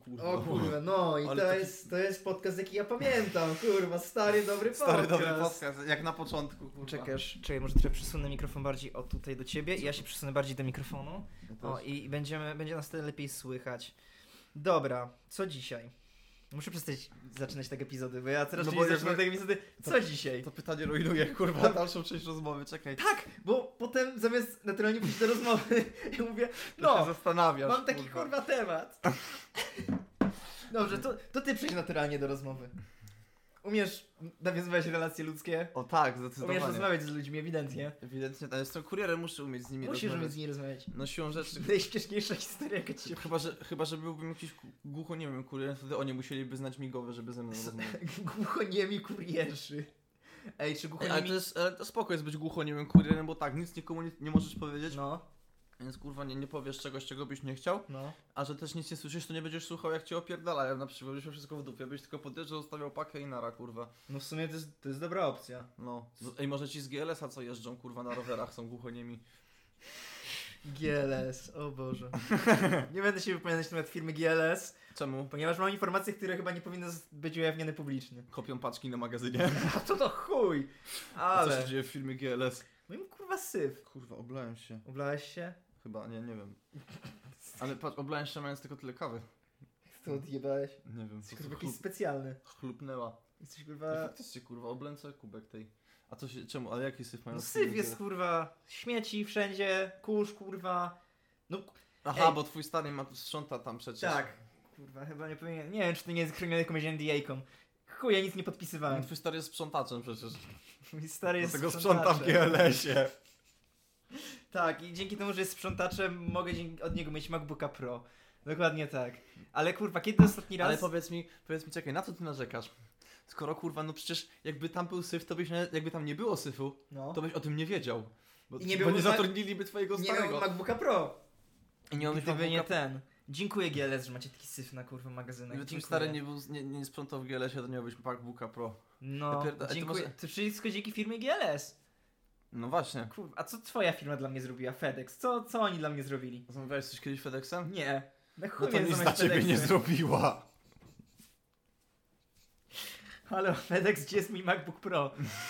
kurwa. O kurwa, no i to jest podcast, jaki ja pamiętam, kurwa, stary, dobry podcast. Stary, dobry podcast, jak na początku, kurwa. Czekaj, może trochę przesunę mikrofon bardziej o tutaj do ciebie i ja się przesunę bardziej do mikrofonu. O, i będzie nas wtedy lepiej słychać. Dobra, co dzisiaj? Muszę przestać zaczynać tak epizody, bo ja coraz częściej zaczynam te epizody. Co dzisiaj? To pytanie rujnuje, kurwa, dalszą część rozmowy, czekaj. Tak, bo potem zamiast naturalnie przejść do rozmowy, ja mówię, To się zastanawiasz, mam taki kurwa temat. Dobrze, to ty przejdź naturalnie do rozmowy. Umiesz nawiązywać relacje ludzkie? O tak, zdecydowanie. Umiesz rozmawiać z ludźmi, ewidentnie. Ewidentnie, ale jestem kurierem, muszę umieć z nimi Musisz rozmawiać. umieć z nimi rozmawiać. No siłą rzeczy. Najśmieszniejsza historia, jaka ci się... Chyba, że byłbym jakiś głucho, nie wiem, kurierem, wtedy oni musieliby znać migowe, żeby ze mną rozmawiać. Głuchoniemi kurierzy. Ej, czy głuchoniemi... Ale to spoko jest być głuchoniemym kurierem, bo tak, nic nikomu nie możesz powiedzieć. No. Więc kurwa nie powiesz czegoś, czego byś nie chciał. No. A że też nic nie słyszysz, to nie będziesz słuchał jak cię opierdalają. Na przykład byś miał wszystko w dupie, byś tylko podjeżdżał, zostawiał pakę i nara, kurwa. No w sumie to jest dobra opcja. No. Ej, może ci z GLS-a co jeżdżą, kurwa, na rowerach są głuchoniemi. GLS, o Boże. Nie będę się wypowiadać na temat firmy GLS. Czemu? Ponieważ mam informacje, które chyba nie powinny być ujawnione publicznie. Kopią paczki na magazynie. A to chuj! A co Ale... się dzieje w firmie GLS? No im kurwa syf. Kurwa, oblałem się. Oblałeś się? Chyba, nie wiem. Ale patrz, oblałem się mając tylko tyle kawy. To odjebałeś? Nie wiem, Jesteś kurwa jakiś specjalny. chlupnęła. Jesteś I kurwa... faktycznie, kurwa, oblałem cały kubek tej. A co się, czemu, ale jaki syf mają? No syf jest kurwa, śmieci wszędzie, kurz kurwa. No Aha, ej. bo twój stary ma sprząta tam przecież. tak. Kurwa, chyba nie powinien. Nie wiem, czy to nie jest chronione jakąś NDA-ką. Chuj, ja nic nie podpisywałem. Twój stary jest sprzątaczem przecież. Mój stary jest Dlatego sprząta w sprzątaczem. GLS-ie. Tak, i dzięki temu, że jest sprzątaczem, mogę od niego mieć MacBooka Pro. Dokładnie tak. Ale kurwa, kiedy ostatni raz... Ale powiedz mi, czekaj, na co ty narzekasz? Skoro kurwa, no przecież jakby tam był syf, to byś, jakby tam nie było syfu, No. to byś o tym nie wiedział. Bo I nie bo byłby nie zatrudniliby twojego Nie starego. miał MacBooka Pro. I nie miałbyś Gdyby nie MacBooka. ten. Dziękuję GLS, że macie taki syf na kurwa magazynach. Gdyby twój Dziękuję. stary nie sprzątał w GLS-ie, to nie miałbyś MacBooka Pro. No, to dziękuję. może- To wszystko dzięki firmie GLS. No właśnie. Kurwa, a co twoja firma dla mnie zrobiła? FedEx. Co oni dla mnie zrobili? Zamawiałeś coś kiedyś FedExem? Nie. Na No chuj to mnie nic dla zamawiać ciebie nie FedExem. zrobiła. Halo, FedEx, gdzie jest mój MacBook Pro?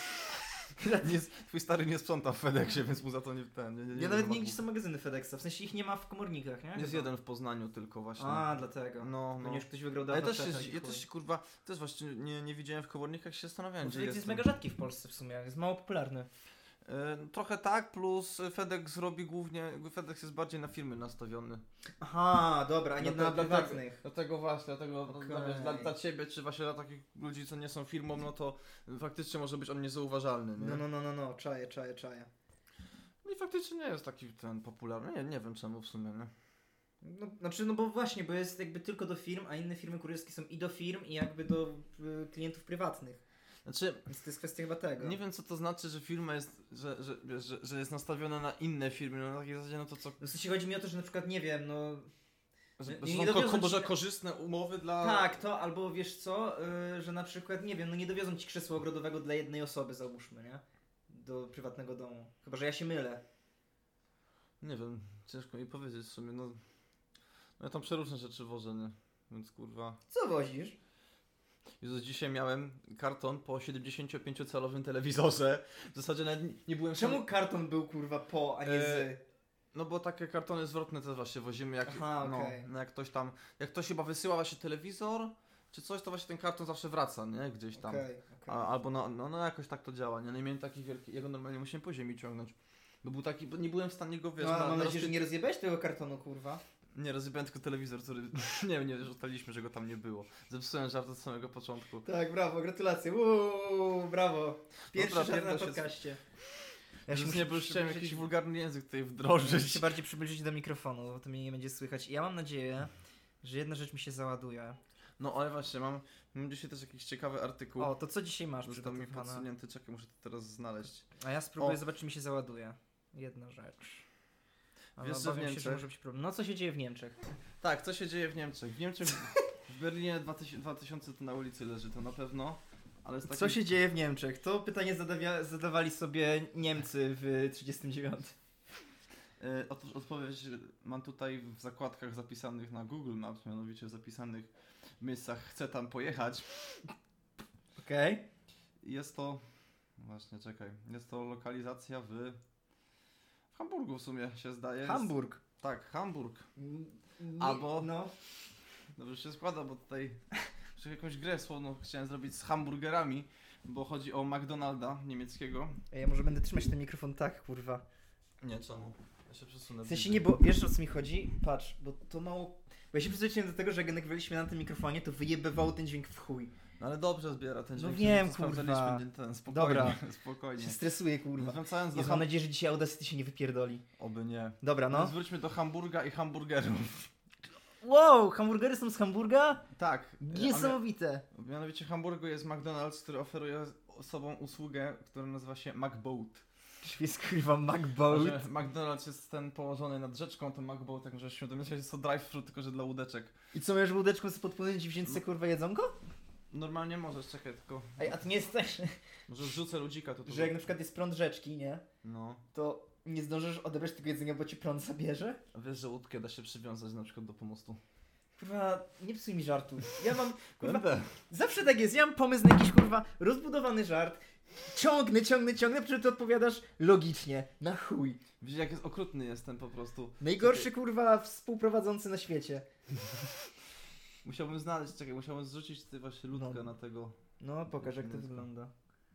Twój stary nie sprząta w FedExie, więc mu za to nie Ja nawet nie wiem, gdzie są magazyny FedExa. W sensie ich nie ma w komornikach, nie? Jest Chyba. jeden w Poznaniu tylko właśnie. A, dlatego. No. Ponieważ ktoś wygrał Ale dawno ja też się kurwa, też właśnie nie widziałem w komornikach, się zastanawiałem, gdzie FedEx jest. jest mega rzadki w Polsce w sumie, jest mało popularny. Trochę tak, plus FedEx robi głównie, FedEx jest bardziej na firmy nastawiony. Aha, dobra, a nie na Dlatego- prywatnych. Dlatego właśnie, dlatego Okej. no, wiesz, dla ciebie, czy właśnie dla takich ludzi, co nie są firmą, no to faktycznie może być on niezauważalny, nie? No, czaję. No i faktycznie nie jest taki ten popularny, nie wiem czemu w sumie, nie? No, znaczy, no bo właśnie, bo jest jakby tylko do firm, a inne firmy kurierskie są i do firm, i jakby do klientów prywatnych. Znaczy, Więc to jest kwestia chyba tego. nie wiem co to znaczy, że firma jest, że jest nastawiona na inne firmy, no na takiej zasadzie, no to co... W sensie chodzi mi o to, że na przykład, nie wiem, no... Że nie są dowiozą może ci- korzystne umowy dla... Tak, to albo wiesz co, że na przykład, nie wiem, no nie dowiozą ci krzesła ogrodowego dla jednej osoby, załóżmy, nie? Do prywatnego domu. Chyba, że ja się mylę. Nie wiem, ciężko mi powiedzieć w sumie, no ja tam przeróżne rzeczy wożę, nie? Więc kurwa... Co wozisz? Jezus, dzisiaj miałem karton po 75-calowym telewizorze. W zasadzie nawet nie byłem... Czemu karton był kurwa po, a nie z? No bo takie kartony zwrotne też właśnie wozimy, jak, Aha, okej. no jak ktoś tam... Jak ktoś chyba wysyła właśnie telewizor, czy coś, to właśnie ten karton zawsze wraca, nie? Gdzieś tam. Okej. Albo no jakoś tak to działa, nie? No i miałem taki wielki... Ja go normalnie musiałem po ziemi ciągnąć. Bo był taki... Bo nie byłem w stanie go, wiesz... No, mam nadzieję, że nie rozjebałeś tego kartonu, kurwa. Nie, rozjebałem tylko telewizor, który... nie, że ustaliliśmy, że go tam nie było. Zepsułem żart od samego początku. Tak, brawo, gratulacje. brawo. Pierwszy Dobra, żart na pierdol się. podcaście. Ja się nie chciałem przybliżyć- jakiś wulgarny język tutaj Muszę wdrożyć. się bardziej przybliżyć do mikrofonu, bo to mnie nie będzie słychać. I ja mam nadzieję, że jedna rzecz mi się załaduje. No ale właśnie, mam dzisiaj też jakiś ciekawy artykuł. O, to co dzisiaj masz Że to mi przygotowane? podsunięty, czekaj, muszę to teraz znaleźć. A ja spróbuję O. zobaczyć, czy mi się załaduje. Jedna rzecz. Ale Wiesz, że w obawiam się, że Niemczech- może być problem. No co się dzieje w Niemczech? Tak, co się dzieje w Niemczech? W Niemczech, w Berlinie 2000 to na ulicy leży to na pewno, ale z takim... Co się dzieje w Niemczech? To pytanie zadawali sobie Niemcy w 39. Otóż odpowiedź mam tutaj w zakładkach zapisanych na Google Maps, mianowicie w zapisanych miejscach chcę tam pojechać. Okej. Jest to... Właśnie, czekaj. Jest to lokalizacja w Hamburgu w sumie się zdaje. Hamburg. Tak, Hamburg. Nie, Albo- No. Dobrze się składa, bo tutaj jakąś grę słowną chciałem zrobić z hamburgerami, bo chodzi o McDonalda niemieckiego. Ej, ja może będę trzymać ten mikrofon tak, kurwa. Nie, czemu? Ja się przesunę. W sensie nie, bo wiesz o co mi chodzi? Patrz, bo to mało... Bo ja się przyzwyczaiłem do tego, że jak nagrywaliśmy na tym mikrofonie, to wyjebywało ten dźwięk w chuj. No ale dobrze zbiera ten No dźwięk. wiem, to sprawdzaliśmy, kurwa. nie ten, spokojnie, Dobra. spokojnie. Się stresuję, kurwa. Wracając do Jezu, mam nadzieję, że dzisiaj Audacity się nie wypierdoli. Oby nie. Dobra, No. no. Zwróćmy do Hamburga i hamburgerów. Wow, hamburgery są z Hamburga? Tak. Niesamowite. Mianowicie w Hamburgu jest McDonald's, który oferuje osobom usługę, która nazywa się McBoat. Czyli jest kurwa McBoat. Że McDonald's jest ten położony nad rzeczką, to McBoat, tak możesz się domyśleć, jest to drive-thru, tylko że dla łódeczek. I co, możesz łódeczką sobie podpłynąć i wziąć sobie kurwa jedzonko? Normalnie możesz, czekaj tylko. Ej, a to nie jest tak, Może zrzucę ludzika to tu. że jak na przykład jest prąd rzeczki, nie? No. To nie zdążysz odebrać tego jedzenia, bo ci prąd zabierze? A wiesz, że łódkę da się przywiązać na przykład do pomostu. Kurwa, nie psuj mi żartu. Ja mam, kurwa, Będę. zawsze tak jest, ja mam pomysł na jakiś kurwa rozbudowany żart. Ciągnę, po czym ty odpowiadasz logicznie, na chuj. Widzisz jak jest okrutny jestem po prostu. Najgorszy kurwa współprowadzący na świecie. Musiałbym znaleźć, musiałbym zrzucić ty właśnie ludkę No. na tego. No, pokaż jak to Mięsko. wygląda.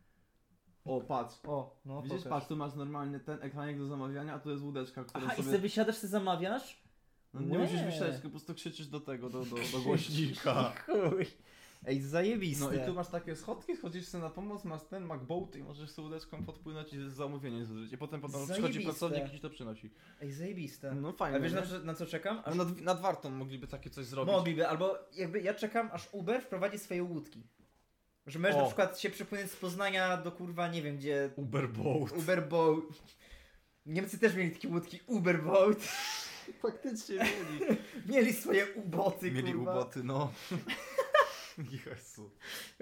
O, patrz. O, no Widzisz, pokaż. patrz, tu masz normalny ten ekranik do zamawiania, a tu jest łódeczka, którą Aha, i sobie... sobie wysiadasz, sobie zamawiasz? No, nie Łe. musisz myśleć, tylko po prostu krzyczysz do tego, do głośnika. Chuj. Ej, zajebiste. No i tu masz takie schodki, schodzisz sobie na pomoc, masz ten McBoat i możesz sobie łódeczką podpłynąć i zamówienie złożyć. I potem przychodzi Zajebiste. pracownik i ci to przynosi. Ej, zajebiste. No fajnie. A wiesz nie? na co czekam? Ale nad wartą mogliby takie coś zrobić. Mogliby, albo jakby ja czekam, aż Uber wprowadzi swoje łódki. Że możesz O. na przykład się przepłynąć z Poznania do kurwa, nie wiem gdzie... Uberboat. Uberboat. Niemcy też mieli takie łódki Uberboat. Faktycznie mieli. Mieli swoje uboty, Mieli kurwa. uboty, no. Jezu.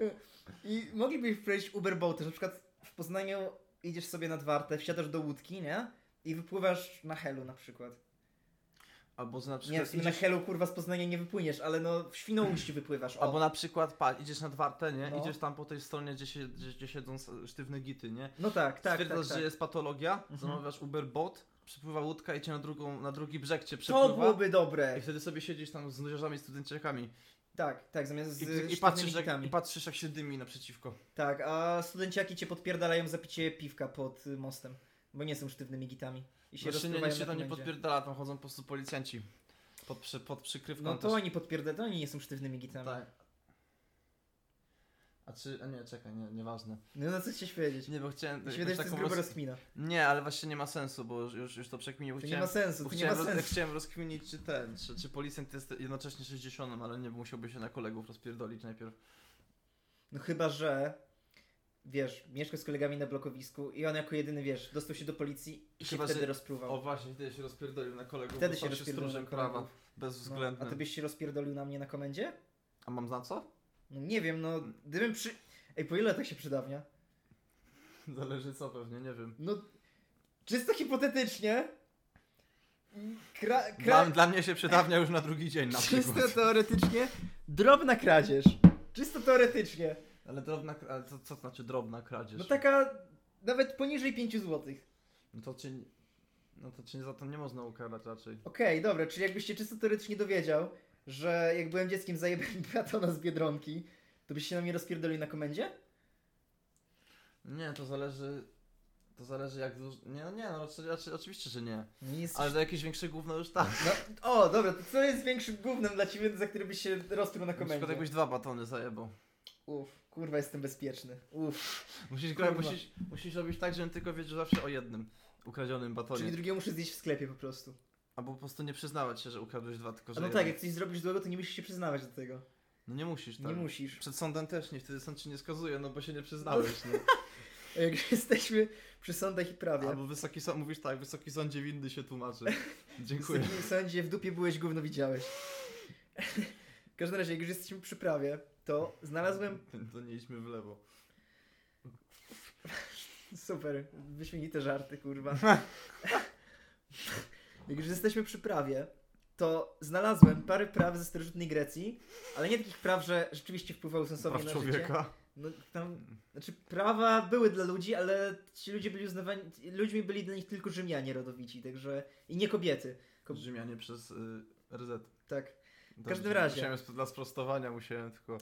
I mogliby wprowadzić Uberbooty, że na przykład w Poznaniu idziesz sobie nad wartę, wsiadasz do łódki, nie? I wypływasz na Helu na przykład. Albo że na Nie, przykład w sumie na Helu kurwa z Poznania nie wypłyniesz, ale no w Świnoujściu wypływasz. O. Albo na przykład, patrz, idziesz nad wartę, nie? No. Idziesz tam po tej stronie, gdzie siedzą sztywne gity, nie? No tak. Stwierdzasz, że jest patologia, Mhm. zamawiasz Uberboat, przypływa łódka i cię na drugi brzeg cię To przepływa. byłoby dobre. I wtedy sobie siedzisz tam z młodzieżami, studenciakami Tak, zamiast z i sztywnymi patrzysz, kitami. i patrzysz jak się dymi naprzeciwko. Tak, a studenciaki cię podpierdalają za picie piwka pod mostem, bo nie są sztywnymi gitami. I się Właśnie nie, rozpływają nic się na tam nie komendzie. podpierdala, tam chodzą po prostu policjanci. Pod przykrywką No to też. oni podpierdalają, to oni nie są sztywnymi gitami. Tak. A nie, czekaj, nieważne. No co chciałeś powiedzieć? Nie, bo chciałem... Mi się wydaje, że to jest gruba rozkmina. Nie, ale właśnie nie ma sensu, bo już to przekminił. To nie ma sensu, Bo to nie ma sensu. chciałem rozkminić, czy policjant jest jednocześnie 60, ale nie, bo musiałby się na kolegów rozpierdolić najpierw. No chyba, że wiesz, mieszka z kolegami na blokowisku i on jako jedyny, wiesz, dostał się do policji i się Chyba, wtedy że- rozpruwał. O właśnie, wtedy się rozpierdolił na kolegów, Wtedy bo się stał rozpierdolił stróżem na prawa, kolegów. No, bezwzględnym. a ty byś się rozpierdolił na mnie na komendzie? A mam za co? No nie wiem, no gdybym przy... Ej, po ile tak się przydawnia? Zależy co pewnie, nie wiem. No, czysto hipotetycznie... Dla mnie się przydawnia już na drugi dzień na Czysto przykład. teoretycznie drobna kradzież. Czysto teoretycznie. Ale co to znaczy drobna kradzież? No taka nawet poniżej 5 zł. No to cię za to nie można ukarać raczej. Okej, dobra, czyli jakbyś się czysto teoretycznie dowiedział, że jak byłem dzieckiem zajebałem batona z Biedronki, to byś się na mnie rozpierdolił na komendzie? Nie, to zależy jak dużo... Nie, no oczywiście, że nie. Nie jesteś... Ale za jakieś większe gówno już tak. No, o, dobra, to co jest większym gównem dla ciebie, za który byś się rozpił na Na przykład komendzie? jakbyś 2 batony zajebał. Kurwa, jestem bezpieczny. Kurwa. Musisz robić tak, żebym tylko wiedział zawsze o jednym ukradzionym batonie. Czyli drugiego muszę zjeść w sklepie po prostu. Albo po prostu nie przyznawać się, że ukradłeś 2, tylko że A no jeden. tak, jak coś zrobisz złego, to nie musisz się przyznawać do tego. No nie musisz, tak. Nie musisz. Przed sądem też nie, wtedy sąd ci nie skazuje, no bo się nie przyznałeś, nie? A jak jesteśmy przy sądach i prawie. Albo wysoki sąd, mówisz tak, wysoki sądzie winny się tłumaczy. Dziękuję. W takim sądzie w dupie byłeś, gówno widziałeś. W każdym razie, jak już jesteśmy przy prawie, to znalazłem... To nie idźmy w lewo. Super, wyśmienite żarty, kurwa. Jak już jesteśmy przy prawie, to znalazłem parę praw ze starożytnej Grecji, ale nie takich praw, że rzeczywiście wpływały sensownie Praw na życie. człowieka. No tam, znaczy prawa były dla ludzi, ale ci ludzie byli uznawani, ludźmi byli dla nich tylko Rzymianie rodowici, także i nie kobiety. Rzymianie przez RZ. Tak. Dobrze, każdym razie. Musiałem dla sprostowania, musiałem tylko...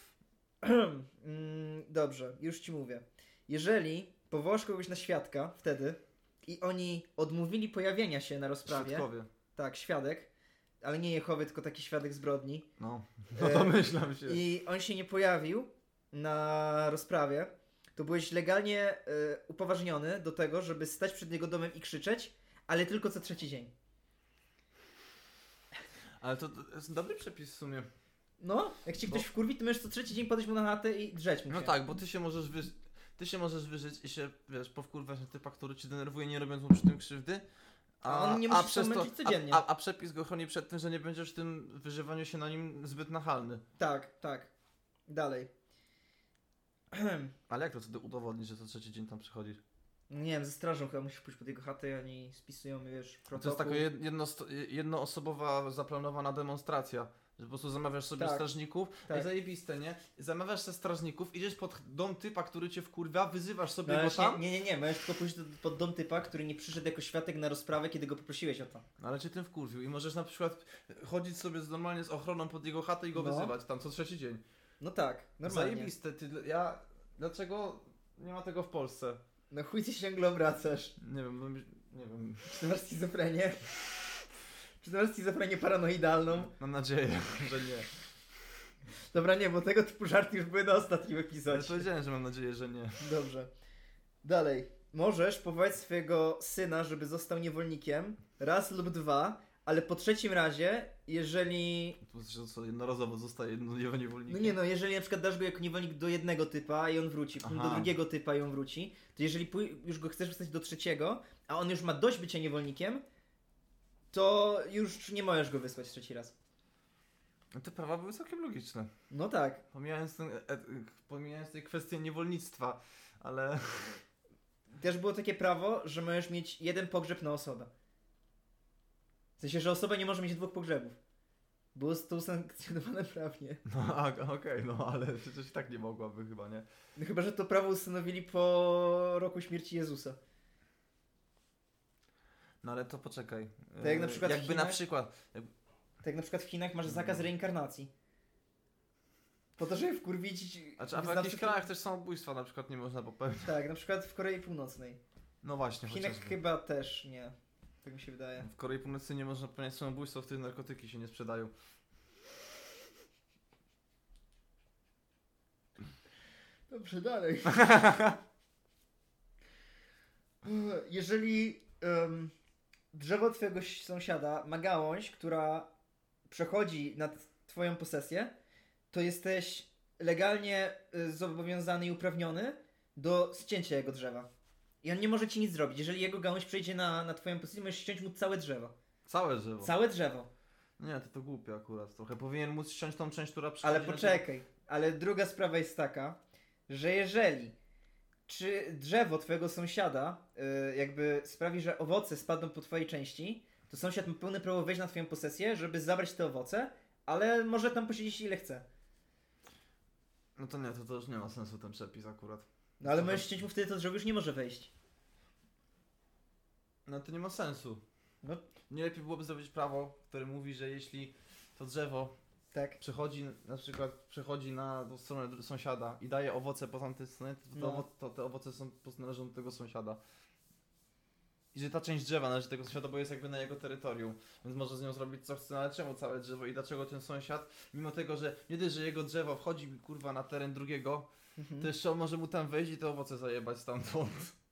Dobrze, już ci mówię. Jeżeli powołasz kogoś na świadka wtedy i oni odmówili pojawienia się na rozprawie, Świadkowie. tak, świadek, ale nie Jehowy, tylko taki świadek zbrodni, No domyślam się. i on się nie pojawił na rozprawie, to byłeś legalnie upoważniony do tego, żeby stać przed jego domem i krzyczeć, ale tylko co trzeci dzień. Ale to jest dobry przepis w sumie. No, jak cię ktoś wkurwi, to możesz co trzeci dzień podejść mu na chatę i drzeć mu się. No tak, bo ty się możesz wyżyć i się, wiesz, powkurwać na typa, który cię denerwuje, nie robiąc mu przy tym krzywdy. A on nie musi się męczyć codziennie. A przepis go chroni przed tym, że nie będziesz w tym wyżywaniu się na nim zbyt nachalny. Tak, tak. Dalej. Ale jak to wtedy udowodnić, że co trzeci dzień tam przychodzisz? Nie wiem, ze strażą chyba musisz pójść pod jego chatę i oni spisują, wiesz, protokół. To jest taka jednoosobowa zaplanowana demonstracja. Że po prostu zamawiasz sobie Tak. strażników, Tak. zajebiste, nie? Zamawiasz sobie strażników, idziesz pod dom typa, który cię wkurwia, wyzywasz sobie No go właśnie, tam. nie, możesz tylko pójść pod dom typa, który nie przyszedł jako świadek na rozprawę, kiedy go poprosiłeś o to. Ale cię tym wkurwił i możesz na przykład chodzić sobie normalnie z ochroną pod jego chatę i go wyzywać tam co trzeci dzień. No tak, normalnie. Zajebiste, dlaczego nie ma tego w Polsce? No chuj ty się ciągle obracasz. Nie wiem, nie wiem. Czy ty masz schizofrenię? Czy ty masz schizofrenię paranoidalną? Mam nadzieję, że nie. Dobra, nie, bo tego typu żarty już były na ostatnim Ale epizodzie. powiedziałem, że mam nadzieję, że nie. Dobrze. Dalej. Możesz powołać swojego syna, żeby został niewolnikiem raz lub dwa, ale po trzecim razie, jeżeli... To jednorazowo zostaje jedno niewolnikiem. No nie no, jeżeli na przykład dasz go jako niewolnik do jednego typa i on wróci, potem do drugiego typa i on wróci, to jeżeli już go chcesz wstać do trzeciego, a on już ma dość bycia niewolnikiem, to już nie możesz go wysłać trzeci raz. No te prawa były całkiem logiczne. No tak. Pomijając tej kwestię niewolnictwa, ale... Też było takie prawo, że możesz mieć jeden pogrzeb na osobę. W sensie, że osoba nie może mieć dwóch pogrzebów. Było to usankcjonowane prawnie. No okej, no ale przecież i tak nie mogłaby chyba, nie? No chyba, że to prawo ustanowili po roku śmierci Jezusa. No ale to poczekaj. Tak jak na przykład w Chinach- Tak jak na przykład w Chinach masz zakaz reinkarnacji. Po to, żeby wkurwić... A w jakichś wyznawców- krajach też samobójstwa na przykład nie można popełnić. Tak, na przykład w Korei Północnej. No właśnie, W Chinach chociażby. chyba też nie. Tak mi się wydaje. W Korei Północnej nie można popełniać samobójstwa, w których narkotyki się nie sprzedają. Dobrze, dalej. Jeżeli drzewo twojego sąsiada ma gałąź, która przechodzi nad twoją posesję, to jesteś legalnie zobowiązany i uprawniony do ścięcia jego drzewa. I on nie może ci nic zrobić. Jeżeli jego gałąź przejdzie na twoją posesję, możesz ściąć mu całe drzewo. Całe drzewo. Całe drzewo. Nie, to głupie akurat trochę. Powinien móc ściąć tą część, która przychodzi Ale poczekaj. Ale druga sprawa jest taka, że jeżeli czy drzewo twojego sąsiada jakby sprawi, że owoce spadną po twojej części, to sąsiad ma pełne prawo wejść na twoją posesję, żeby zabrać te owoce, ale może tam posiedzieć ile chce. No to nie, to już nie ma sensu ten przepis akurat. No ale możesz ściąć mu wtedy to drzewo już nie może wejść. No to nie ma sensu. No. Nie lepiej byłoby zrobić prawo, które mówi, że jeśli to drzewo Tak. przechodzi na stronę sąsiada i daje owoce po tamtej stronie, to te owoce należą do tego sąsiada. I że ta część drzewa należy do tego sąsiada, bo jest jakby na jego terytorium, więc może z nią zrobić co chce, ale czemu całe drzewo i dlaczego ten sąsiad, mimo tego, że nie dość, że jego drzewo wchodzi kurwa na teren drugiego, to jeszcze on może mu tam wejść i te owoce zajebać stamtąd.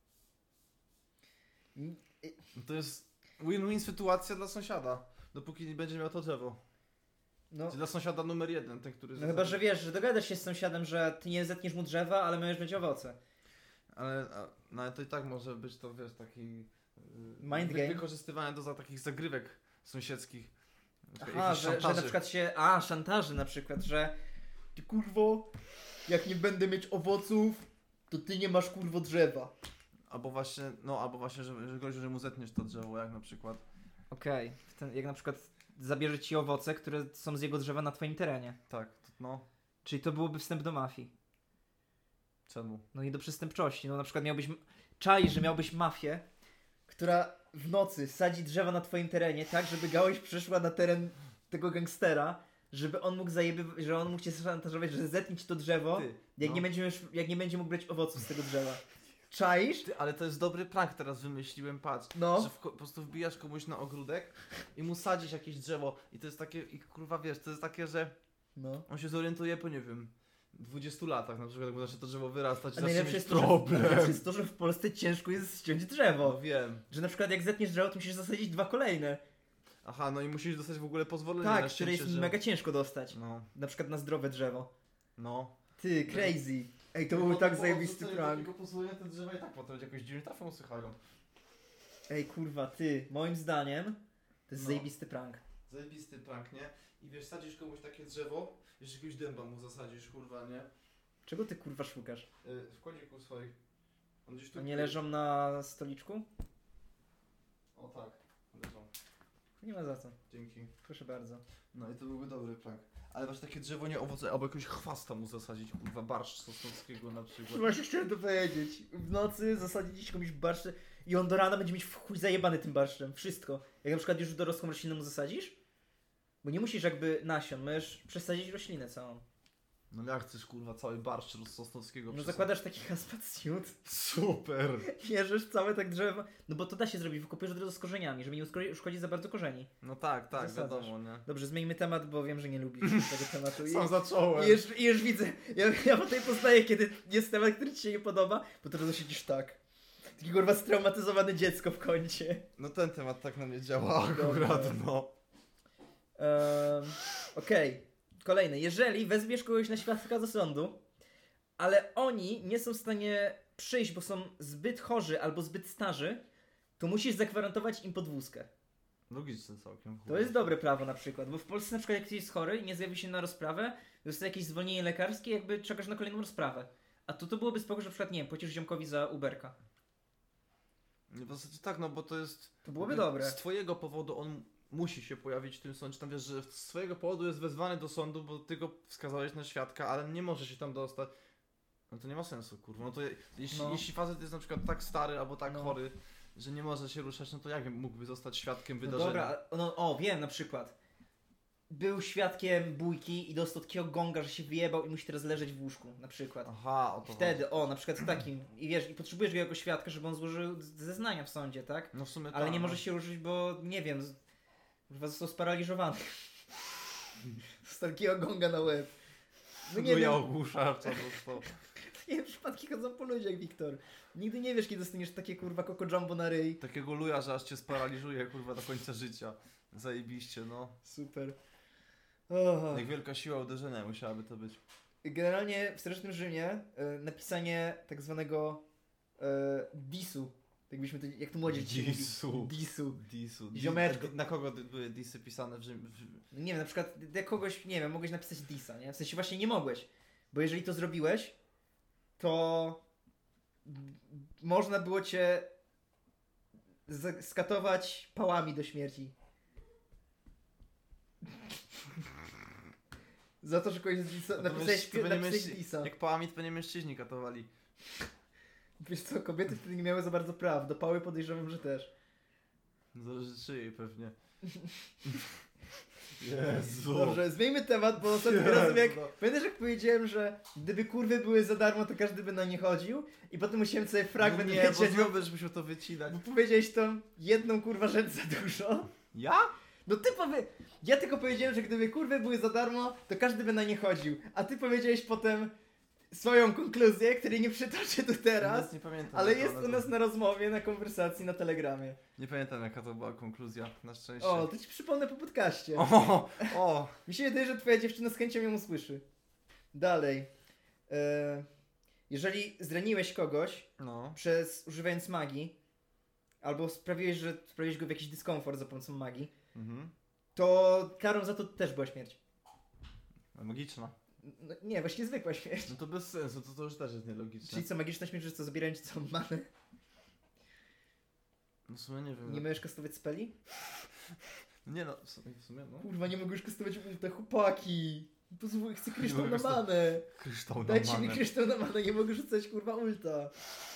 To jest win-win sytuacja dla sąsiada, dopóki nie będzie miał to drzewo. No. Dla sąsiada numer jeden, ten, który... No chyba, że wiesz, że dogadasz się z sąsiadem, że ty nie zetniesz mu drzewa, ale możesz mieć owoce. Ale to i tak może być to, wiesz, taki... Mind game. Wykorzystywane do takich zagrywek sąsiedzkich. Aha, że na przykład się... szantaży na przykład, że ty kurwo, jak nie będę mieć owoców, to ty nie masz kurwo drzewa. Albo właśnie, że grozi, że mu zetniesz to drzewo, jak na przykład... Okej. Jak na przykład zabierze ci owoce, które są z jego drzewa na twoim terenie. Tak, no. Czyli to byłoby wstęp do mafii. Czemu? No i do przestępczości. No na przykład czaisz, że miałbyś mafię, która w nocy sadzi drzewa na twoim terenie, tak, żeby gałąź przyszła na teren tego gangstera, żeby on mógł że on mógł cię szantażować, że zetnie ci to drzewo, Ty, jak, no. jak nie będzie mógł brać owoców z tego drzewa. Czaisz? Ty, ale to jest dobry prank teraz wymyśliłem, patrz. No. Że po prostu wbijasz komuś na ogródek i mu sadzisz jakieś drzewo i to jest takie, i kurwa wiesz, to jest takie, że No. on się zorientuje po nie wiem, 20 latach na przykład, jak mu zacznie to drzewo wyrastać, A zacznie najlepsze mieć jest, to, że, problem. najlepsze jest to, że w Polsce ciężko jest ściąć drzewo. No wiem. Że na przykład jak zetniesz drzewo, to musisz zasadzić 2 kolejne. Aha, no i musisz dostać w ogóle pozwolenie Tak, na które jest ścięcie mega ciężko dostać. No, Na przykład na zdrowe drzewo. no. Ty, crazy. Ej, to No był bo tak po zajebisty odrzuceniu prank. takiego pozwolenia te drzewa i tak potem jakoś dziwnie trafią usychają. Ej, kurwa, ty, moim zdaniem to jest No. zajebisty prank. Zajebisty prank, nie? I wiesz, sadzisz komuś takie drzewo, jeszcze jakiegoś dęba mu zasadzisz, kurwa, nie? Czego ty, kurwa, szukasz? W kładziku swoich. On gdzieś tu... A nie leżą na stoliczku? O tak, leżą. Nie ma za co. Dzięki. Proszę bardzo. No i to byłby dobry prank. Ale masz takie drzewo nie owoce, albo jakiegoś chwasta mu zasadzić, kurwa, barszcz sosnowskiego na przykład. Właśnie chciałem to powiedzieć. W nocy zasadzić komuś barszczem i on do rana będzie mieć w chuj zajebany tym barszczem. Wszystko. Jak na przykład już dorosłą roślinę mu zasadzisz? Bo nie musisz jakby nasion, możesz przesadzić roślinę całą. No jak chcesz, kurwa, cały barszcz sosnowskiego No zakładasz taki hazmat suit, Super! bierzesz całe tak drzewo, no bo to da się zrobić, wykopiesz od razu z korzeniami, żeby nie uszkodzić za bardzo korzeni. No tak, tak, Zasadzasz. wiadomo, nie? Dobrze, zmieńmy temat, bo wiem, że nie lubisz tego tematu. Sam zacząłem. I już widzę, ja potem poznaję, kiedy jest temat, który ci się nie podoba, bo to razu siedzisz tak. Taki kurwa straumatyzowane dziecko w kącie. No ten temat tak na mnie działa akurat, no. Okej. Kolejne. Jeżeli wezwiesz kogoś na świadka do sądu, ale oni nie są w stanie przyjść, bo są zbyt chorzy albo zbyt starzy, to musisz zagwarantować im podwózkę. Logiczne całkiem. To jest dobre prawo na przykład, bo w Polsce na przykład jak ktoś jest chory i nie zjawi się na rozprawę, dostaje jakieś zwolnienie lekarskie, jakby czekasz na kolejną rozprawę. A tu to byłoby spoko, że na przykład, nie wiem, płacisz ziomkowi za Uberka. W zasadzie tak, no bo to jest... To byłoby dobre. Z twojego powodu on musi się pojawić w tym sądzie. Tam wiesz, że z swojego powodu jest wezwany do sądu, bo ty go wskazałeś na świadka, ale nie może się tam dostać. No to nie ma sensu, kurwa. No to jeśli facet jest na przykład tak stary albo tak chory, że nie może się ruszać, no to jak mógłby zostać świadkiem wydarzenia? No dobra, wiem na przykład. Był świadkiem bójki i dostał takiego gonga, że się wyjebał i musi teraz leżeć w łóżku, na przykład. Aha, o to Wtedy, na przykład w takim. I wiesz, i potrzebujesz go jako świadka, żeby on złożył zeznania w sądzie, tak? No w sumie Ale tak, nie no. może się ruszyć, bo nie wiem, chyba został sparaliżowany. Z takiego gonga na łeb. No nie ja wiem, ogłusza, co dostał. nie wiem, przypadki chodzą po ludziach, Wiktor. Nigdy nie wiesz, kiedy dostaniesz takie kurwa Coco Jumbo na ryj. Takiego luja, że aż cię sparaliżuje, kurwa, do końca życia. Zajebiście, no. Super. Oh. Jak wielka siła uderzenia musiałaby to być. Generalnie w starożytnym Rzymie napisanie tak zwanego disu, jakbyśmy to, jak to młodzież dzisiaj mówi. Disu. Ziomeczko. Na kogo były disy pisane w Rzymie? Nie wiem, na przykład jak kogoś, nie wiem, mogłeś napisać disa, nie? W sensie właśnie nie mogłeś, bo jeżeli to zrobiłeś, to można było cię skatować pałami do śmierci. Za to, że kogoś napisałeś disa. Jak pałami to nie mężczyźni katowali. Wiesz co, kobiety wtedy nie miały za bardzo praw, do pały podejrzewam, że też. Zależy czyjej pewnie. Jezu. Dobrze, zmieńmy temat, bo ostatnim razem pamiętasz jak powiedziałem, że gdyby kurwy były za darmo, to każdy by na nie chodził i potem musiałem sobie fragment Nie, bo wyciąć, znowu będziesz musiał to wycinać. bo powiedziałeś tą jedną kurwa rzecz za dużo. Ja? No ty ja tylko powiedziałem, że gdyby kurwy były za darmo, to każdy by na nie chodził, a ty powiedziałeś potem swoją konkluzję, której nie przytoczę tu teraz, Nic nie pamiętam. ale jaka jest ona u nas na rozmowie, na konwersacji, na Telegramie. Nie pamiętam jaka to była konkluzja, na szczęście. O, to ci przypomnę po podcaście. O! Mi się wydaje, że twoja dziewczyna z chęcią ją usłyszy. Dalej. Jeżeli zraniłeś kogoś No. używając magii, albo sprawiłeś go w jakiś dyskomfort za pomocą magii, to karą za to też była śmierć. Magiczna. No, nie, właśnie zwykła śmierć. No to bez sensu, to już też jest nielogiczne. Czyli co, magiczna śmierć, że co, zabierając ci całą manę? No w sumie nie wiem. Nie możesz kastować speli? Nie no, w sumie no. Kurwa, nie mogę już kustować ulta, chłopaki. Pozwól, chcę kryształ na mogę manę. Kryształ na Dajcie mi manę. kryształ na manę, nie mogę rzucać kurwa ulta.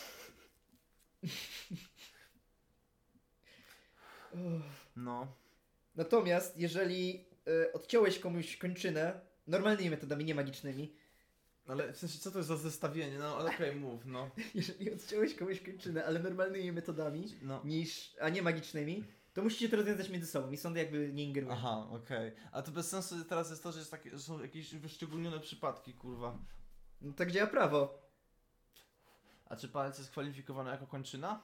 No. Natomiast jeżeli odciąłeś komuś kończynę normalnymi metodami, nie magicznymi, Ale w sensie, co to jest za zestawienie? No, ale okej, mów, no. jeżeli odciąłeś komuś kończynę, ale normalnymi metodami, No. a nie magicznymi, to musicie to rozwiązać między sobą i sądy jakby nie ingerują. Aha, okej. A to bez sensu teraz jest to, że że są jakieś wyszczególnione przypadki, kurwa. No tak działa prawo. A czy palec jest kwalifikowany jako kończyna?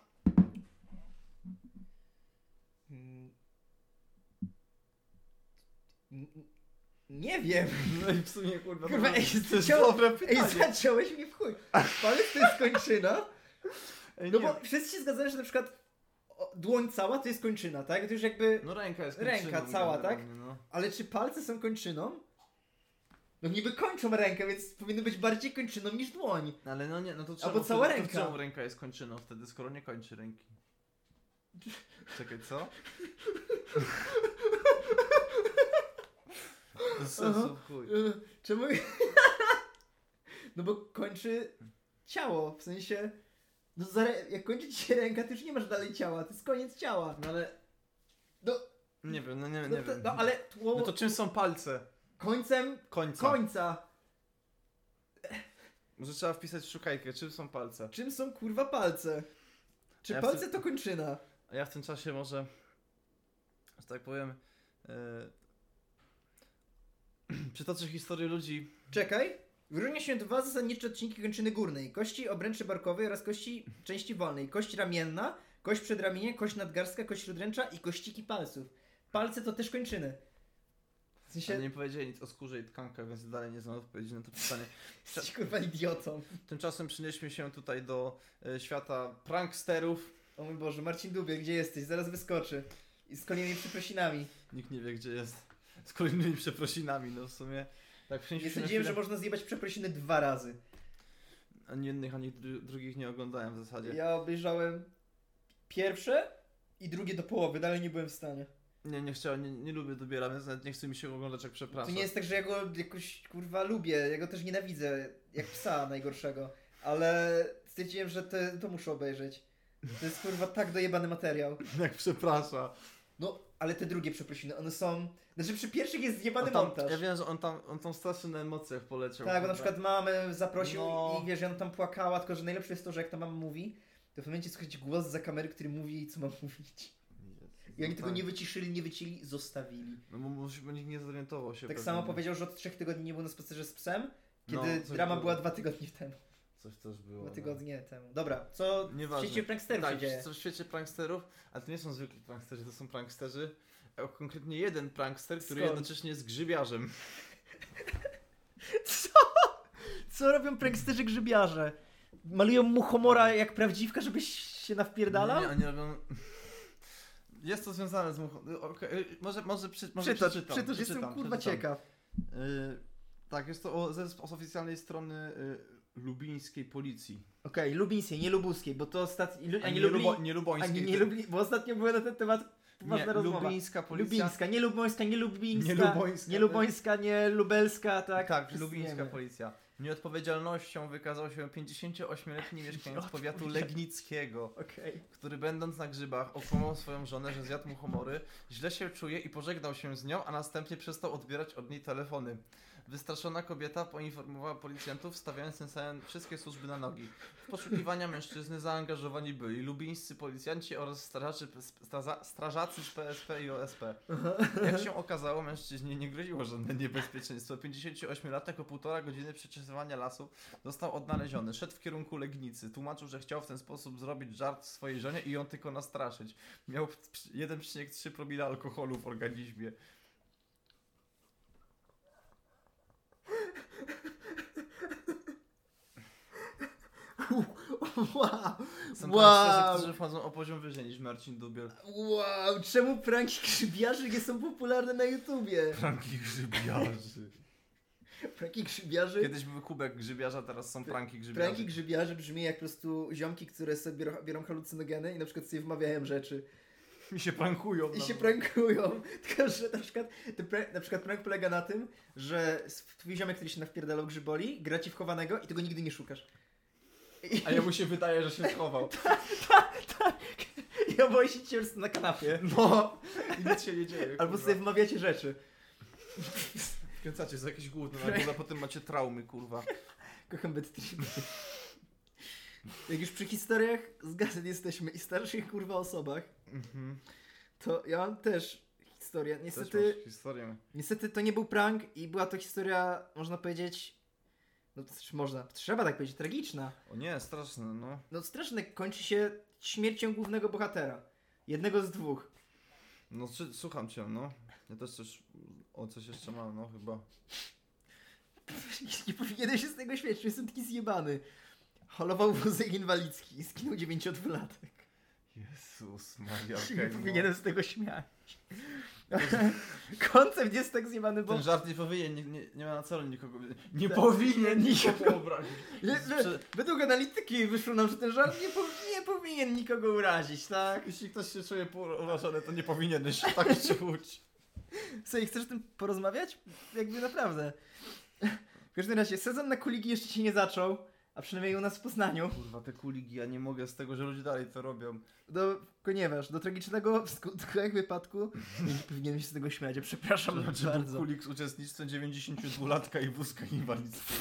Nie wiem. No i w sumie, kurwa, Kurwa, to ej, jest zaciął- dobre Ej, pytanie. zaciąłeś mnie w chuj. Palec to jest kończyna. Ej, No nie. bo wszyscy się zgadzają, że na przykład dłoń cała to jest kończyna, tak? To już jakby... No ręka jest Ręka kończyną cała, generalnie, no. Ale czy palce są kończyną? No niby kończą rękę, więc powinny być bardziej kończyną niż dłoń. Ale no nie, no to Albo cała wtedy, ręka. To czemu ręka jest kończyną wtedy, skoro nie kończy ręki? Czekaj, co? Bez sensu, w chuj. Czemu? No bo kończy ciało, w sensie... No jak kończy ci się ręka, to już nie masz dalej ciała, to jest koniec ciała. No ale... No, Nie wiem, no nie no, wiem. no ale tło... No to czym są palce? Końcem Końca. końca. Może trzeba wpisać w szukajkę, czym są palce? Czym są kurwa palce? Czy Ja w palce tym- to kończyna? A ja w tym czasie może... Że tak powiem... przytoczę historię ludzi... Czekaj. Wyróżnia się dwa zasadnicze odcinki kończyny górnej. Kości obręczy barkowej oraz kości części wolnej. Kość ramienna, kość przedramienia, kość nadgarstka, kość śródręcza i kościki palców. Palce to też kończyny. W Ale sensie... nie powiedzieli nic o skórze i tkankach, więc dalej nie znam odpowiedzi na to pytanie. Jesteś kurwa idiotą. Tymczasem przenieśmy się tutaj do świata pranksterów. O mój Boże, Marcin Dubiel, gdzie jesteś? Zaraz wyskoczy. I z kolejnymi przeprosinami. Nikt nie wie, gdzie jest. Z kolejnymi przeprosinami, no w sumie. Tak, Nie przenieśmy się na sądziłem, że chwilę. można zjebać przeprosiny 2 razy. Ani jednych, ani drugich nie oglądałem w zasadzie. Ja obejrzałem pierwsze i drugie do połowy, dalej nie byłem w stanie. Nie chciałem, nie lubię Dubiela, więc nawet nie chce mi się oglądać, jak To przepraszam. nie jest tak, że ja go jakoś kurwa lubię, ja go też nienawidzę, jak psa najgorszego. Ale stwierdziłem, że to muszę obejrzeć. To jest kurwa tak dojebany materiał. Jak przeprasza. No, ale te drugie przeprosiny, one są... Znaczy przy pierwszych jest zjebany On tam, montaż. ja wiem, że on tam strasznie na emocjach poleciał. Tak, bo na przykład mamę zaprosił No. i wiesz, ja ona tam płakała, tylko że najlepsze jest to, że jak ta mama mówi, to w momencie słychać głos za kamery, który mówi jej, co ma mówić. I oni tego nie wyciszyli, nie wycięli, zostawili. No bo nikt nie zorientował się. Tak pewnie. samo powiedział, że od 3 tygodni nie był na spacerze z psem, kiedy No, coś drama było. była 2 tygodnie temu. Coś też było. 2 no. tygodnie temu. Dobra, co Nieważne. w świecie pranksterów Tak, się dzieje? w świecie pranksterów, ale to nie są zwykli pranksterzy, to są pranksterzy. A konkretnie jeden prankster, który Skąd? jednocześnie jest grzybiarzem. Co? Co robią pranksterzy grzybiarze? Malują mu humora jak prawdziwka, żebyś się nawpierdalał? Nie, oni robią... Jest to związane z muchą... Może przeczytam. Jestem kurwa ciekaw. Tak, jest to z oficjalnej strony lubińskiej policji. Okej, lubińskiej, nie lubuskiej, bo to ostatnio... Nie lubońskiej. Ani nie lubi, bo ostatnio były na ten temat poważna Nie, rozmowa. lubińska policja. Lubińska, nie lubońska, nie lubińska, Nie lubońska, nie lubońska, nie lubelska, tak? Tak, Wszyscy lubińska wiemy. policja. Nieodpowiedzialnością wykazał się 58-letni mieszkaniec powiatu Nieodpowiedzialny. Legnickiego, Okej. który będąc na grzybach okłamał swoją żonę, że zjadł mu humory, źle się czuje i pożegnał się z nią, a następnie przestał odbierać od niej telefony. Wystraszona kobieta poinformowała policjantów, stawiając tym samym wszystkie służby na nogi. W poszukiwania mężczyzny zaangażowani byli lubińscy policjanci oraz strażacy z PSP i OSP. Jak się okazało, mężczyźnie nie groziło żadne niebezpieczeństwo. 58-latek o 1,5 godziny przeczesywania lasu został odnaleziony. Szedł w kierunku Legnicy. Tłumaczył, że chciał w ten sposób zrobić żart swojej żonie i ją tylko nastraszyć. Miał 1,3 promila alkoholu w organizmie. Wow, Są wow, pranksterzy, którzy wchodzą o poziom wyżej niż Marcin Dubiel. wow, czemu pranki grzybiarzy nie są popularne na YouTubie? Pranki grzybiarzy. Pranki grzybiarzy? Kiedyś były kubek grzybiarza, teraz są pranki grzybiarzy. Pranki grzybiarzy brzmi jak po prostu ziomki, które sobie biorą halucynogeny i na przykład sobie wmawiają rzeczy. I się prankują. I się prankują. Tylko, że na przykład prank polega na tym, że twój ziomek, który się nawpierdalał grzyboli, gra ci w chowanego i tego nigdy nie szukasz. A jemu się wydaje, że się schował. Tak. I oboje siedzicie po prostu na kanapie. No. I nic się nie dzieje. Albo sobie wmawiacie rzeczy. Wkręcacie za jakieś głód, a potem macie traumy, kurwa. Kocham bad tripy. Jak już przy historiach z gazet jesteśmy i starszych kurwa osobach, to ja mam też historię. Niestety to nie był prank i była to historia, można powiedzieć, no trzeba tak powiedzieć, tragiczna. O nie, straszne, no. No straszne, kończy się śmiercią głównego bohatera. Jednego z dwóch. No słucham cię, no. Ja też coś jeszcze mam, no chyba. Nie powinienem się z tego śmiać, jestem taki zjebany. Holował wózek inwalidzki i skinął 9-2-latek. Jezus Maria, Nie powinienem z tego śmiać. Koncept jest tak zjebany, bo... Ten żart nie powinien, nie ma na celu nikogo... Nie powinien nikogo obrazić. Według analityki wyszło nam, że ten żart nie powinien nikogo urazić, tak? Jeśli ktoś się czuje urażony, to nie powinieneś tak czuć. Słuchaj, chcesz o tym porozmawiać? Jakby naprawdę. W każdym razie, sezon na kuligi jeszcze się nie zaczął, a przynajmniej u nas w Poznaniu. Kurwa, te kuligi, ja nie mogę z tego, że ludzie dalej to robią. Ponieważ do tragicznego w skutkach wypadku nie powinienem się z tego śmiać, przepraszam bardzo. Kulik z uczestnictwem 92-latka i wózka inwalidzkiego.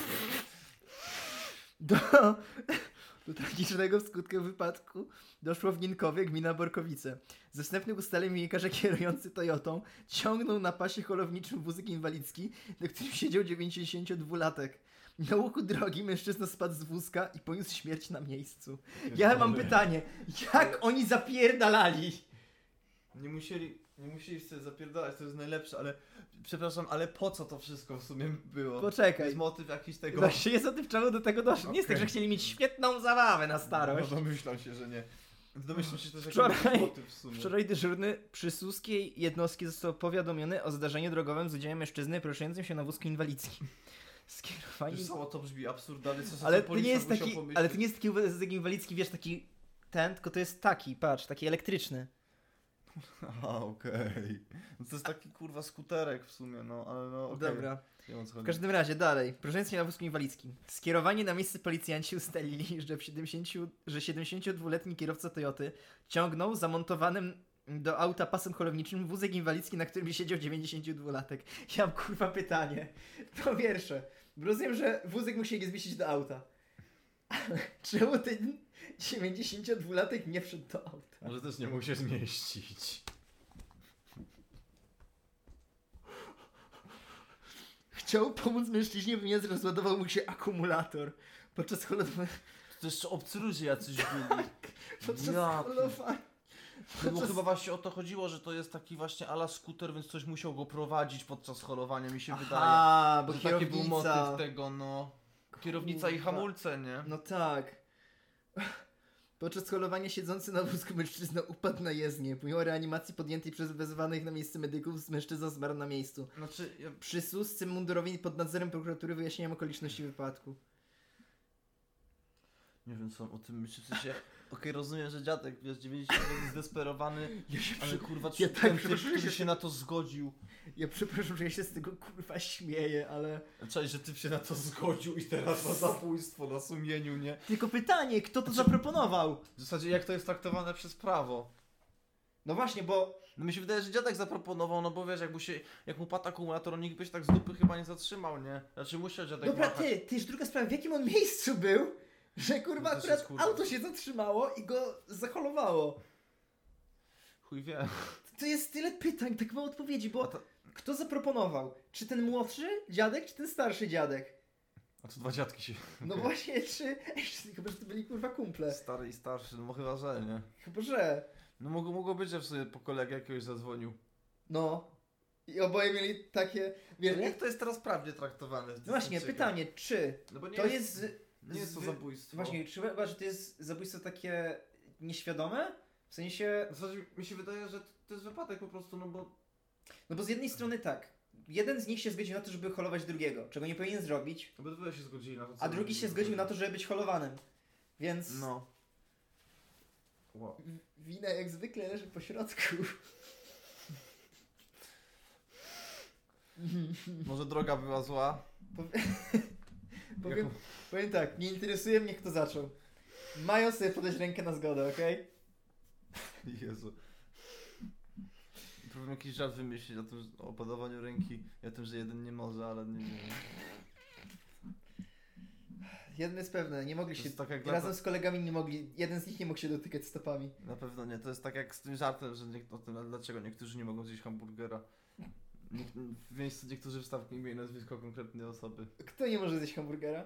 Do tragicznego w skutkach wypadku doszło w Ninkowie, gmina Borkowice. Ze wstępnych ustaleń dziennikarze kierujący Toyotą ciągnął na pasie holowniczym wózek inwalidzki, na którym siedział 92-latek. Na łuku drogi mężczyzna spadł z wózka i poniósł śmierć na miejscu. Ja mam pytanie, jak oni zapierdalali? Nie musieli sobie zapierdalać, to jest najlepsze, ale przepraszam, ale po co to wszystko w sumie było? Poczekaj. Jest motyw jakiś tego... Właśnie jest o tym, czemu do tego doszło. Nie jest tak, że chcieli mieć świetną zabawę na starość. No domyślam się, że nie. Domyślam się też, Wczoraj- motyw w sumie. Wczoraj dyżurny przysuskiej jednostki został powiadomiony o zdarzeniu drogowym z udziałem mężczyzny poruszającym się na wózku inwalidzkim. Skierowani... Wiesz, samo to brzmi absurdalnie, co Ale sobie to nie jest musiał taki, pomyśleć. ale to nie jest taki wózek inwalidzki, wiesz, taki tylko to jest taki, patrz, taki elektryczny. A, okej. No to jest taki kurwa skuterek w sumie, no, ale no okej. Dobra. Nie wiem, o co W chodzi. każdym razie, dalej. Proszę się na wózku inwalidzkim. Skierowani na miejsce policjanci ustalili, że 72-letni kierowca Toyoty ciągnął zamontowanym do auta pasem holowniczym wózek inwalidzki, na którym siedział 92-latek. Ja mam kurwa pytanie. Po pierwsze, rozumiem, że wózek musi nie zmieścić do auta. Ale czemu ten 92-latek nie wszedł do auta? Może też nie mógł się zmieścić. Chciał pomóc mężczyźnie, ponieważ rozładował mu się akumulator. Podczas holowania. To jeszcze obcy ludzie jacyś byli. Podczas Ja holowania. No bo chyba właśnie o to chodziło, że to jest taki właśnie ala skuter, więc ktoś musiał go prowadzić podczas holowania, mi się wydaje. A, bo Że taki był kierownica. motyw tego, no. Kierownica i Kurwa. hamulce, nie? No tak. Podczas holowania siedzący na wózku mężczyzna upadł na jezdnię. Pomimo reanimacji podjętej przez wezwanych na miejsce medyków, mężczyzna zmarł na miejscu. Znaczy, Przy służbce mundurowi pod nadzorem prokuratury wyjaśniają okoliczności wypadku. nie wiem co o tym myślę, w sensie, okej, rozumiem, że dziadek, wiesz, 90 jest zdesperowany, ale kurwa, Ja ten tak typ, przepraszam, który się na to zgodził. Ja przepraszam, że ja się z tego kurwa śmieję, ale... Cześć, że typ się na to zgodził i teraz ma zabójstwo na sumieniu, nie? Tylko pytanie, kto to zaproponował? W zasadzie jak to jest traktowane przez prawo? No właśnie, bo... No mi się wydaje, że dziadek zaproponował, no bo wiesz, jak mu padł akumulator, on nikt by się tak z dupy chyba nie zatrzymał, nie? Znaczy musiał dziadek Dobra, machać. ty już druga sprawa, w jakim on miejscu był? Że kurwa To też akurat jest, kurwa. auto się zatrzymało i go zaholowało. Chuj wie. To jest tyle pytań, tak mało odpowiedzi, bo A to- kto zaproponował? Czy ten młodszy dziadek, czy ten starszy dziadek? A to dwa dziadki się... No właśnie, chyba, że to byli kurwa kumple. Stary i starszy, no chyba, że nie. Chyba, że... No mogło być, że w sobie po kolegę jakiegoś zadzwonił. No. I oboje mieli takie... Wiesz, Ale jak to jest teraz prawnie traktowane? no właśnie, pytanie, czy No bo nie to jest... Nie jest to zabójstwo. Właśnie, czy chyba, że to jest zabójstwo takie nieświadome? W sensie... W zasadzie mi się wydaje, że to jest wypadek po prostu, no bo... No bo z jednej strony tak, jeden z nich się zgodził na to, żeby holować drugiego, czego nie powinien zrobić, Obydwoje się zgodzili na to, co a drugi się zgodził na to, żeby być holowanym. Więc... No. Wow. Wina jak zwykle leży po środku. Może droga była zła? Powiem tak, nie interesuje mnie kto zaczął. Mają sobie podać rękę na zgodę, okej? Jezu. Próbuję jakiś żart wymyślić o podawaniu ręki i o tym, że jeden nie może, ale nie wiem. Jedno jest pewne, nie mogli To się... jest tak jak Razem z kolegami nie mogli... Jeden z nich nie mógł się dotykać stopami. Na pewno nie. To jest tak jak z tym żartem, że o tym, dlaczego niektórzy nie mogą zjeść hamburgera. W miejscu niektórzy wstawki imię i nazwisko konkretnej osoby. Kto nie może zjeść hamburgera?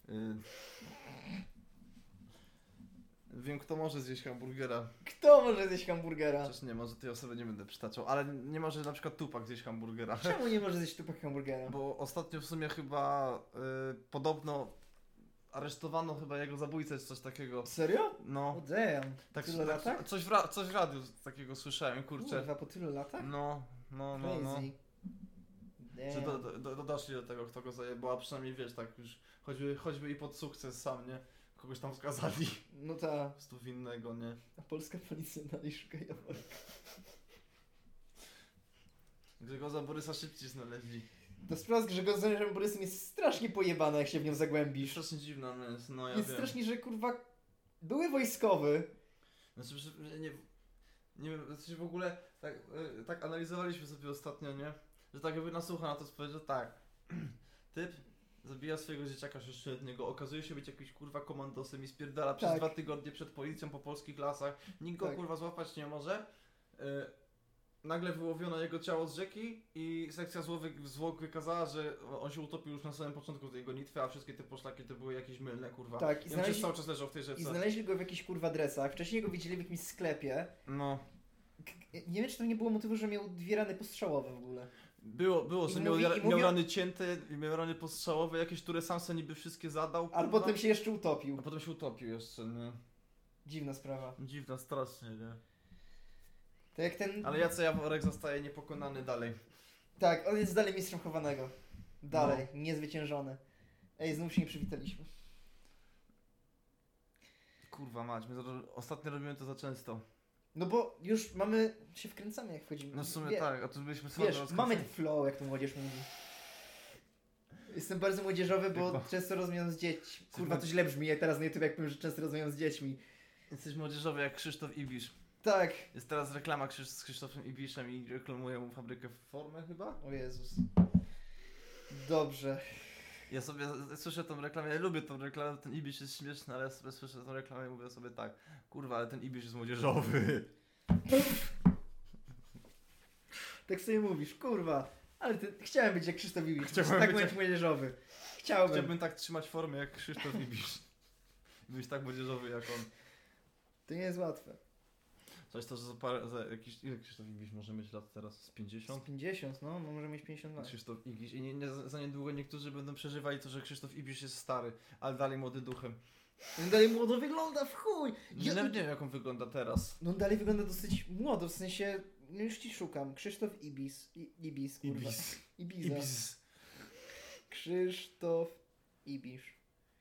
Wiem, kto może zjeść hamburgera. Kto może zjeść hamburgera? Chociaż nie, może tej osoby nie będę przytaczał, ale nie może na przykład Tupak zjeść hamburgera. Czemu nie może zjeść Tupak hamburgera? Bo ostatnio w sumie chyba podobno aresztowano chyba jego zabójcę czy coś takiego. Serio? No. Oh damn. Tak, Tyle latach? coś w radiu takiego słyszałem, kurczę. Kurwa, po tylu latach? No. Crazy. Że Damn. doszli do tego, kto go zajebał, a przynajmniej wiesz, tak już choćby i pod sukces sam, nie? Kogoś tam skazali. No ta. Po prostu winnego, nie? A polska policja dalej szuka Jaworka. Grzegorza Borysa szybciej znaleźli. To sprawa z Grzegorzem Borysem jest strasznie pojebana, jak się w nią zagłębisz. Strasznie dziwna ona jest, no ja Jest wiem. strasznie, że kurwa... Były wojskowy. Znaczy, że nie wiem, znaczy w ogóle tak analizowaliśmy sobie ostatnio, nie? Że tak jakby nasłucha na to powiedział, że tak, typ zabija swojego dzieciaka 6-letniego, okazuje się być jakiś kurwa komandosem i spierdala przez Tak. 2 tygodnie przed policją po polskich lasach, nikt go Tak. kurwa złapać nie może. Nagle wyłowiono jego ciało z rzeki i sekcja zwłok wykazała, że on się utopił już na samym początku tej gonitwy, a wszystkie te poszlaki to były jakieś mylne, kurwa. Tak, I znaleźli... cały czas leżał w tej rzece. I znaleźli go w jakichś kurwa dresach. Wcześniej go widzieli w jakimś sklepie. No. Nie wiem, czy to nie było motywu, że miał 2 rany postrzałowe w ogóle. Było, I że mówi- miał, i miał mówią- rany cięte, miał rany postrzałowe, jakieś, które sam sobie niby wszystkie zadał. Ale kurwa. potem się jeszcze utopił. A potem się utopił jeszcze, nie? Dziwna sprawa. Dziwna, strasznie, nie? To jak ten... Ale Jacek Jaworek zostaje niepokonany dalej. Tak, on jest dalej mistrzem chowanego. Dalej, niezwyciężony. Ej, znów się nie przywitaliśmy. Kurwa mać, my ostatnio robimy to za często. No bo już się wkręcamy jak wchodzimy. No w sumie Wie- tak, a tu byliśmy słabi Wiesz, mamy flow, jak to młodzież mówi. Jestem bardzo młodzieżowy, bo Chyba. często rozmawiam z dziećmi. Kurwa, to źle brzmi, jak teraz na YouTube jak powiem, że często rozmawiam z dziećmi. Jesteś młodzieżowy jak Krzysztof Ibisz. Tak. Jest teraz reklama z Krzysztofem Ibiszem i reklamuje mu fabrykę Formę chyba? O Jezus. Dobrze. Ja sobie słyszę tą reklamę, ja lubię tą reklamę, ten Ibisz jest śmieszny, ale ja sobie słyszę tą reklamę i mówię sobie tak, kurwa, ale ten Ibisz jest młodzieżowy. Tak sobie mówisz, kurwa. Ale chciałem być jak Krzysztof Iwicz. Chciałbym Tak być być młodzieżowy. Chciałbym. tak trzymać formę jak Krzysztof Ibisz. Być tak młodzieżowy jak on. To nie jest łatwe. Coś to, że za jakiś... Ile Krzysztof Ibisz może mieć lat teraz? Z Z 50? 50, no może mieć 50 lat. Krzysztof Ibisz. I za niedługo niektórzy będą przeżywali to, że Krzysztof Ibisz jest stary, ale dalej młody duchem. On dalej młodo wygląda, w chuj! Nawet nie wiem jak on wygląda teraz. No on dalej wygląda dosyć młodo, w sensie... No już ci szukam. Krzysztof Ibis, kurwa. Ibiza. Ibisz. Krzysztof Ibisz.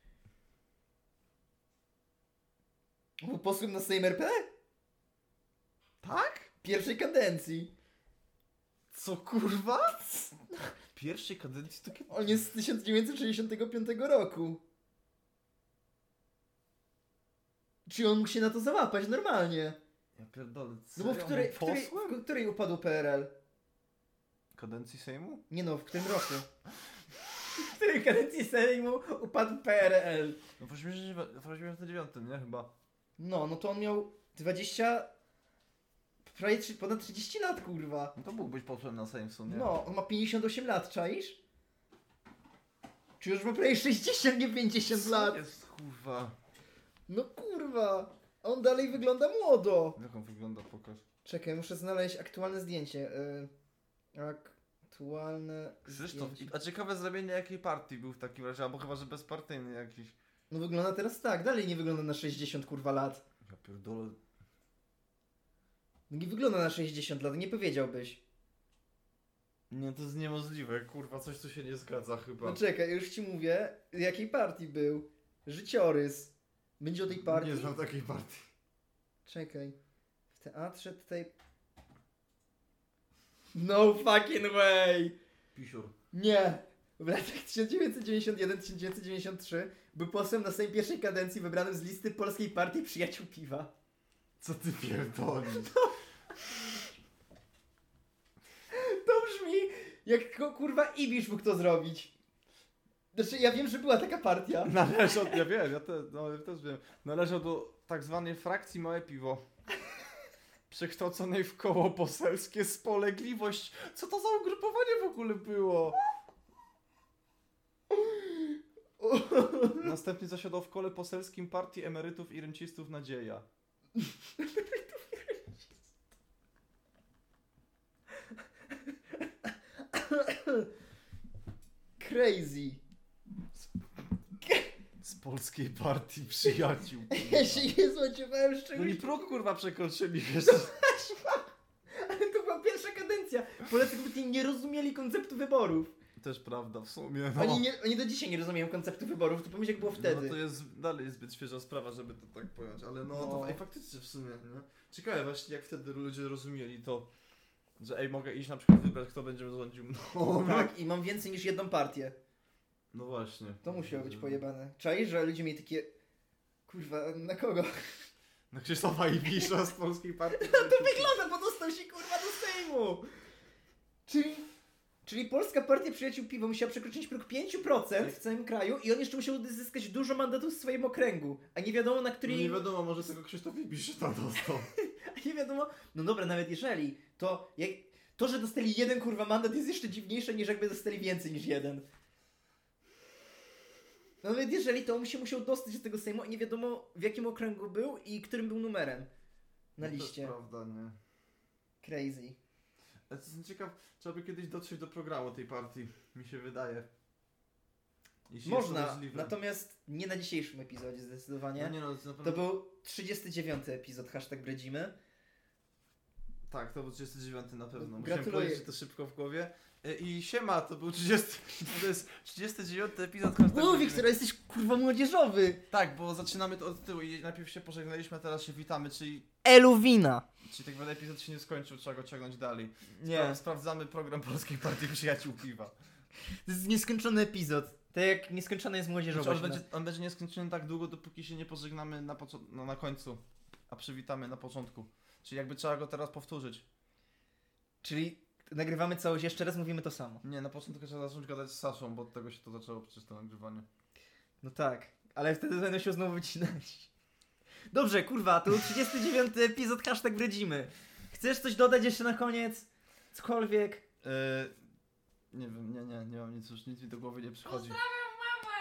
Był posłem na Sejm RP? Tak? Pierwszej kadencji. Co kurwa? Pierwszej kadencji to kiedy? On jest z 1965 roku. Czy on mógł się na to załapać normalnie? Ja pierdolę, No bo w której upadł PRL? Kadencji Sejmu? Nie no, w którym roku? W której kadencji Sejmu upadł PRL? No w 89, nie? Chyba. No to on miał 20... Prawie ponad 30 lat, kurwa. No to mógł być posłem na Sejm w sumie. No, on ma 58 lat, czaisz? Czy już ma prawie 60, nie 50 lat? Jest kurwa. No kurwa, on dalej wygląda młodo. Jak on wygląda, pokaż. Czekaj, muszę znaleźć aktualne zdjęcie. Aktualne Krzysztof, zdjęcie. a ciekawe zrobienie jakiej partii był w takim razie, albo chyba, że bezpartyjny jakiś. No wygląda teraz tak, dalej nie wygląda na 60 kurwa lat. Ja pierdolę. No nie wygląda na 60 lat, nie powiedziałbyś. Nie, to jest niemożliwe, kurwa, coś tu się nie zgadza chyba. No czekaj, już ci mówię, jakiej partii był. Życiorys. Będzie o tej partii? Nie znam takiej partii. Czekaj. W teatrze tutaj... No fucking way! Pisiur. Nie! W latach 1991-1993 był posłem na Sejm pierwszej kadencji wybranym z listy Polskiej Partii Przyjaciół Piwa. Co ty pierdolisz? To brzmi jak kurwa Ibisz mógł to zrobić. Znaczy ja wiem, że była taka partia. Należał, ja wiem, ja też wiem. Należał do tak zwanej frakcji Małe Piwo. Przekształconej w koło poselskie Spolegliwość. Co to za ugrupowanie w ogóle było? Następnie zasiadał w kole poselskim Partii Emerytów i Rencistów Nadzieja. Crazy. Z Polskiej Partii Przyjaciół. Ja się nie spodziewałem z No czegoś. i próg kurwa przekroczyli, wiesz. Ale to była pierwsza kadencja. Polacy kompletnie nie rozumieli konceptu wyborów. Też prawda, w sumie. No. Oni do dzisiaj nie rozumieją konceptu wyborów, to pomyśl jak było wtedy. No to jest dalej zbyt świeża sprawa, żeby to tak pojąć, ale no, No. to faktycznie w sumie, nie? Ciekawe właśnie jak wtedy ludzie rozumieli to, że mogę iść na przykład wybrać kto będzie rządził. No, Tak, i mam więcej niż jedną partię. no właśnie. To musiało być pojebane. Czaisz, że ludzie mieli takie... Kurwa, na kogo? Na Krzysztofa Ibisza z Polskiej Partii. To wygląda, bo dostał się kurwa do Sejmu! Czyli Polska Partia Przyjaciół Piwa musiała przekroczyć próg 5% w całym kraju i on jeszcze musiał zyskać dużo mandatów w swoim okręgu. A nie wiadomo na której... No nie wiadomo, może tego Krzysztof Ibisz tam dostał. A nie wiadomo... No dobra, nawet jeżeli, to że dostali jeden kurwa mandat jest jeszcze dziwniejsze niż jakby dostali więcej niż jeden. No nawet jeżeli, to on się musiał dostać z tego Sejmu i nie wiadomo w jakim okręgu był i którym był numerem na liście. To prawda, nie? Crazy. Ale to jest ciekawe, trzeba by kiedyś dotrzeć do programu tej partii, mi się wydaje. Jeśli jest to Można, możliwe. natomiast nie na dzisiejszym epizodzie zdecydowanie. No nie no, to na pewno... To był 39 epizod, #Bredzimy. Tak, to był 39 na pewno. Musiałem Gratuluję. powiedzieć to szybko w głowie. I siema, to był 39 epizod. Mówi, która jesteś kurwa młodzieżowy. Tak, bo zaczynamy to od tyłu i najpierw się pożegnaliśmy, a teraz się witamy, czyli Eluwina. tak naprawdę epizod się nie skończył, trzeba go ciągnąć dalej. Nie, Sprawdzamy program Polskiej Partii Przyjaciół Piwa. to jest nieskończony epizod. Tak jak nieskończony jest Znaczy, młodzieżowość. on będzie nieskończony tak długo, dopóki się nie pożegnamy na końcu, a przywitamy na początku. Czyli jakby trzeba go teraz powtórzyć. Czyli nagrywamy całość, jeszcze raz mówimy to samo. Nie, na początku trzeba zacząć gadać z Saszą, bo od tego się to zaczęło przecież to nagrywanie. No tak, ale wtedy będę się znowu wycinać. Dobrze, kurwa, to był 39 epizod #Bredzimy. Chcesz coś dodać jeszcze na koniec? Cokolwiek? Nie wiem, nie mam nic, już nic mi do głowy nie przychodzi.